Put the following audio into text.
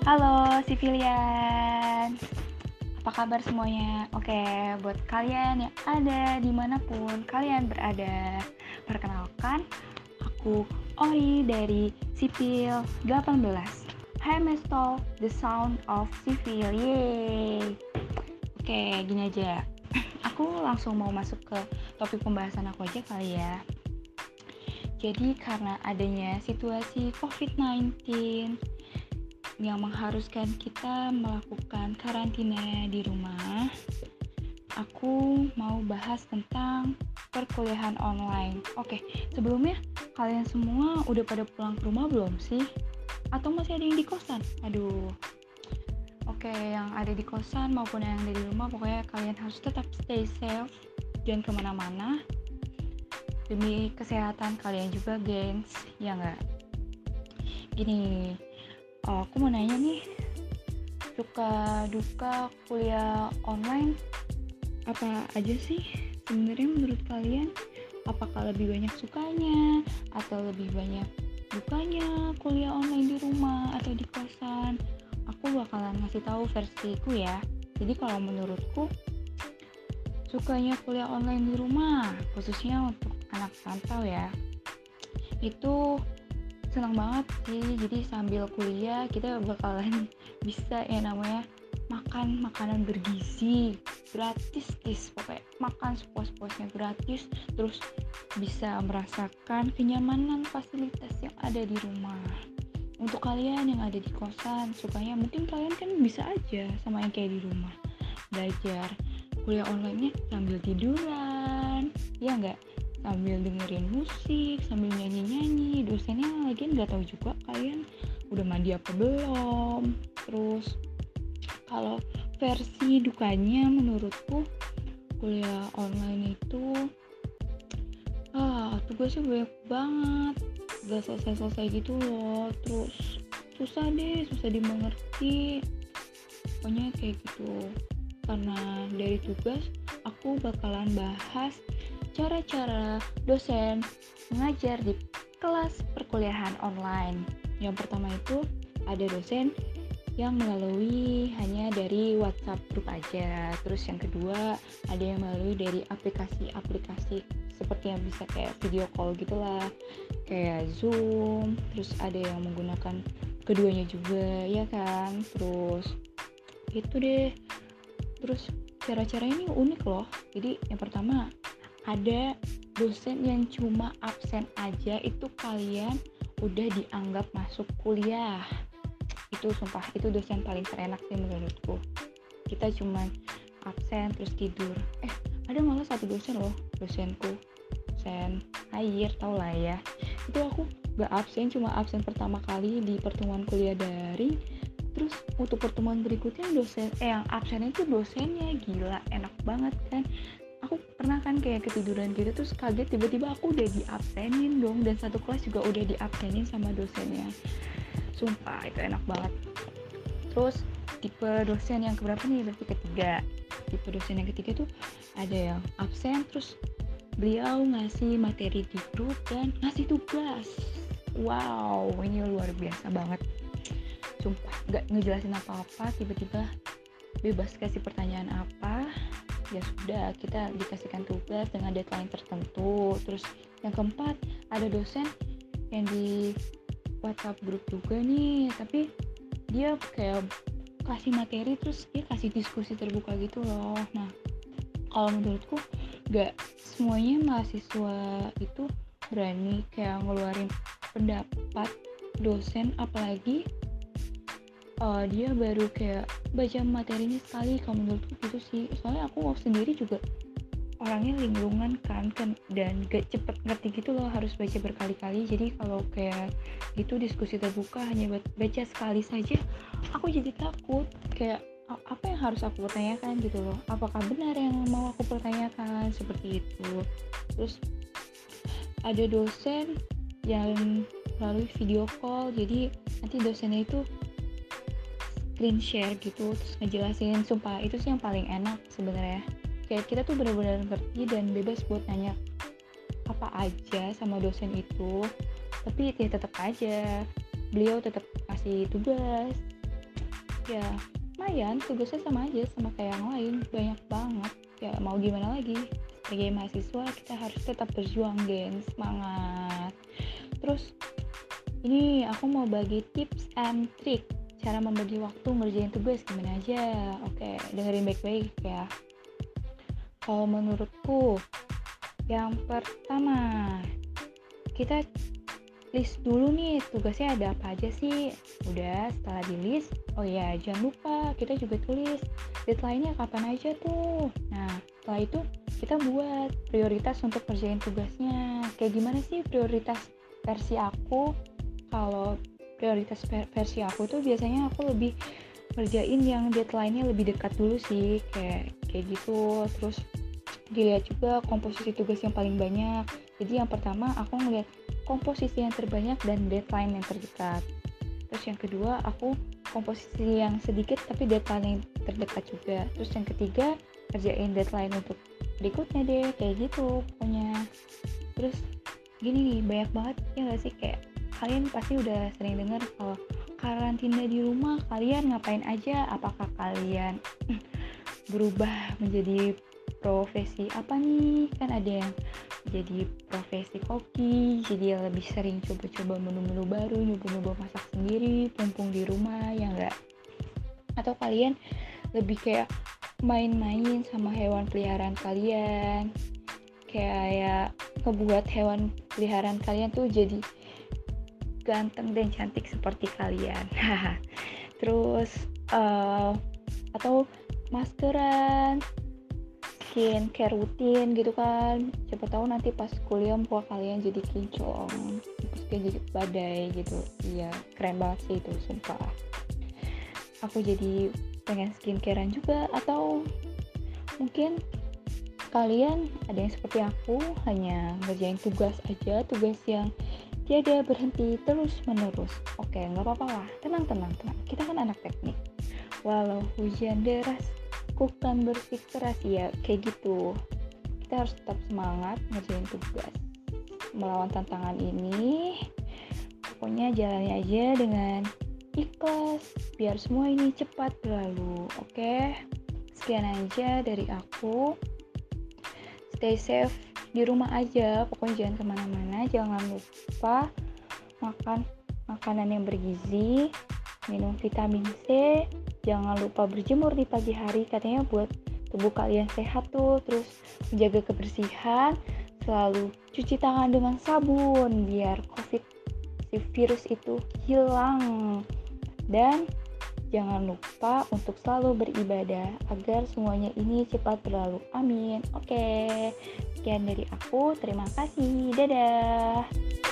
Halo Sivilian, apa kabar semuanya? Oke, buat kalian yang ada dimanapun kalian berada, perkenalkan, aku Ori dari Sipil 18. Hai Mesto, the sound of Sivil, yeay. Oke, gini aja, aku langsung mau masuk ke topik pembahasan aku aja kali ya. Jadi karena adanya situasi COVID-19 yang mengharuskan kita melakukan karantina di rumah, aku mau bahas tentang perkuliahan online. Oke, sebelumnya kalian semua udah pada pulang ke rumah belum sih? Atau masih ada yang di kosan? Aduh. Oke, yang ada di kosan maupun yang ada di rumah, pokoknya kalian harus tetap stay safe, jangan kemana-mana, demi kesehatan kalian juga, gengs. Ya nggak? Gini, aku mau nanya nih, suka duka kuliah online apa aja sih sebenarnya menurut kalian? Apakah lebih banyak sukanya atau lebih banyak dukanya kuliah online di rumah atau di kosan? Aku bakalan ngasih tahu versiku ya. Jadi kalau menurutku, sukanya kuliah online di rumah, khususnya untuk anak rantau ya, itu senang banget sih. Jadi sambil kuliah kita bakalan bisa ya namanya makan makanan bergizi gratis, pokoknya makan sepuas-puasnya gratis, terus bisa merasakan kenyamanan fasilitas yang ada di rumah. Untuk kalian yang ada di kosan, sukanya mungkin kalian kan bisa aja sama yang kayak di rumah belajar kuliah online-nya sambil tiduran, ya nggak? Sambil dengerin musik, sambil nyanyi-nyanyi. Dosennya lagi nggak tahu juga kalian udah mandi apa belum. Terus kalau versi dukanya menurutku, kuliah online itu tugasnya banyak banget, gak selesai-selesai gitu loh. Terus susah dimengerti, pokoknya kayak gitu. Karena dari tugas, aku bakalan bahas cara-cara dosen mengajar di kelas perkuliahan online. Yang pertama itu ada dosen yang melalui hanya dari WhatsApp grup aja. Terus yang kedua ada yang melalui dari aplikasi-aplikasi seperti yang bisa kayak video call gitulah, kayak Zoom. Terus ada yang menggunakan keduanya juga, ya kan? Terus gitu deh. Terus cara-cara ini unik loh. Jadi yang pertama ada dosen yang cuma absen aja, itu kalian udah dianggap masuk kuliah. Itu sumpah, itu dosen paling terenak sih menurutku. Kita cuma absen terus tidur. Ada malah satu dosen loh, dosenku, dosen air, tau lah ya. Itu aku gak absen, cuma absen pertama kali di pertemuan kuliah daring. Terus untuk pertemuan berikutnya yang absen itu dosennya, gila enak banget kan. Aku pernah kan kayak ketiduran gitu, terus kaget tiba-tiba aku udah diabsenin dong, dan satu kelas juga udah diabsenin sama dosennya. Sumpah itu enak banget. Terus tipe dosen yang keberapa nih? Berarti ketiga. Tipe dosen yang ketiga tuh ada yang absen terus beliau ngasih materi di grup dan ngasih tugas. Wow, ini luar biasa banget. Sumpah, gak ngejelasin apa-apa, tiba-tiba bebas kasih pertanyaan apa, ya sudah, kita dikasihkan tugas dengan deadline tertentu. Terus yang keempat, ada dosen yang di WhatsApp grup juga nih, tapi dia kayak kasih materi terus dia kasih diskusi terbuka gitu loh. Nah, kalau menurutku gak semuanya mahasiswa itu berani kayak ngeluarin pendapat dosen, apalagi dia baru kayak baca materinya sekali. Kalau menurutku gitu sih, soalnya aku sendiri juga orangnya linglungan kan, dan gak cepet ngerti gitu loh, harus baca berkali-kali. Jadi kalau kayak gitu diskusi terbuka hanya baca sekali saja, aku jadi takut kayak apa yang harus aku pertanyakan gitu loh, apakah benar yang mau aku pertanyakan, seperti itu. Terus ada dosen yang melalui video call, jadi nanti dosennya itu screen share gitu, terus ngejelasin. Sumpah itu sih yang paling enak sebenarnya. Kayak kita tuh benar-benar ngerti dan bebas buat nanya apa aja sama dosen itu. Tapi ya tetap aja beliau tetap kasih tugas, Ya lumayan, tugasnya sama aja sama kayak yang lain, banyak banget. Ya mau gimana lagi, sebagai mahasiswa kita harus tetap berjuang, geng, semangat. Terus ini aku mau bagi tips and trick cara membagi waktu ngerjain tugas gimana aja. Oke, dengerin baik-baik ya. Kalau menurutku, yang pertama, kita list dulu nih tugasnya ada apa aja sih. Udah, setelah di list, oh ya jangan lupa kita juga tulis deadline-nya kapan aja tuh. Nah, setelah itu kita buat prioritas untuk kerjain tugasnya. Kayak gimana sih prioritas versi aku? Kalau prioritas versi aku tuh biasanya aku lebih kerjain yang deadline-nya lebih dekat dulu sih, kayak gitu. Terus dilihat juga komposisi tugas yang paling banyak. Jadi yang pertama aku ngeliat komposisi yang terbanyak dan deadline yang terdekat. Terus yang kedua aku komposisi yang sedikit tapi deadline yang terdekat juga. Terus yang ketiga kerjain deadline untuk berikutnya deh, kayak gitu pokoknya. Terus gini nih, banyak banget ya gak sih, kayak kalian pasti udah sering dengar kalau karantina di rumah kalian ngapain aja. Apakah kalian berubah menjadi profesi apa nih? Kan ada yang jadi profesi koki, jadi yang lebih sering coba-coba menu-menu baru, nyoba-nyoba masak sendiri, mumpung di rumah, ya enggak? Atau kalian lebih kayak main-main sama hewan peliharaan kalian, kayak ngebuat hewan peliharaan kalian tuh jadi ganteng dan cantik seperti kalian. Terus atau maskeran, skincare rutin gitu kan. Siapa tahu nanti pas kuliah muka kalian jadi kinclong, terus kayak jadi badai gitu. Iya, keren banget sih itu, sumpah. Aku jadi pengen skincarean juga. Atau mungkin kalian ada yang seperti aku, hanya ngerjain tugas aja, tugas yang tiada berhenti terus menerus. Oke, nggak apa-apa lah, tenang. Kita kan anak teknik. Walau hujan deras, ku kan bersikeras, ya kayak gitu. Kita harus tetap semangat ngerjain tugas, melawan tantangan ini. Pokoknya jalani aja dengan ikhlas, biar semua ini cepat berlalu. Oke, sekian aja dari aku. Stay safe di rumah aja, pokoknya jangan kemana-mana. Jangan lupa makan makanan yang bergizi, minum vitamin C, jangan lupa berjemur di pagi hari, katanya buat tubuh kalian sehat tuh. Terus menjaga kebersihan, selalu cuci tangan dengan sabun biar si virus itu hilang. Dan jangan lupa untuk selalu beribadah agar semuanya ini cepat berlalu. Amin. Oke, sekian dari aku. Terima kasih. Dadah.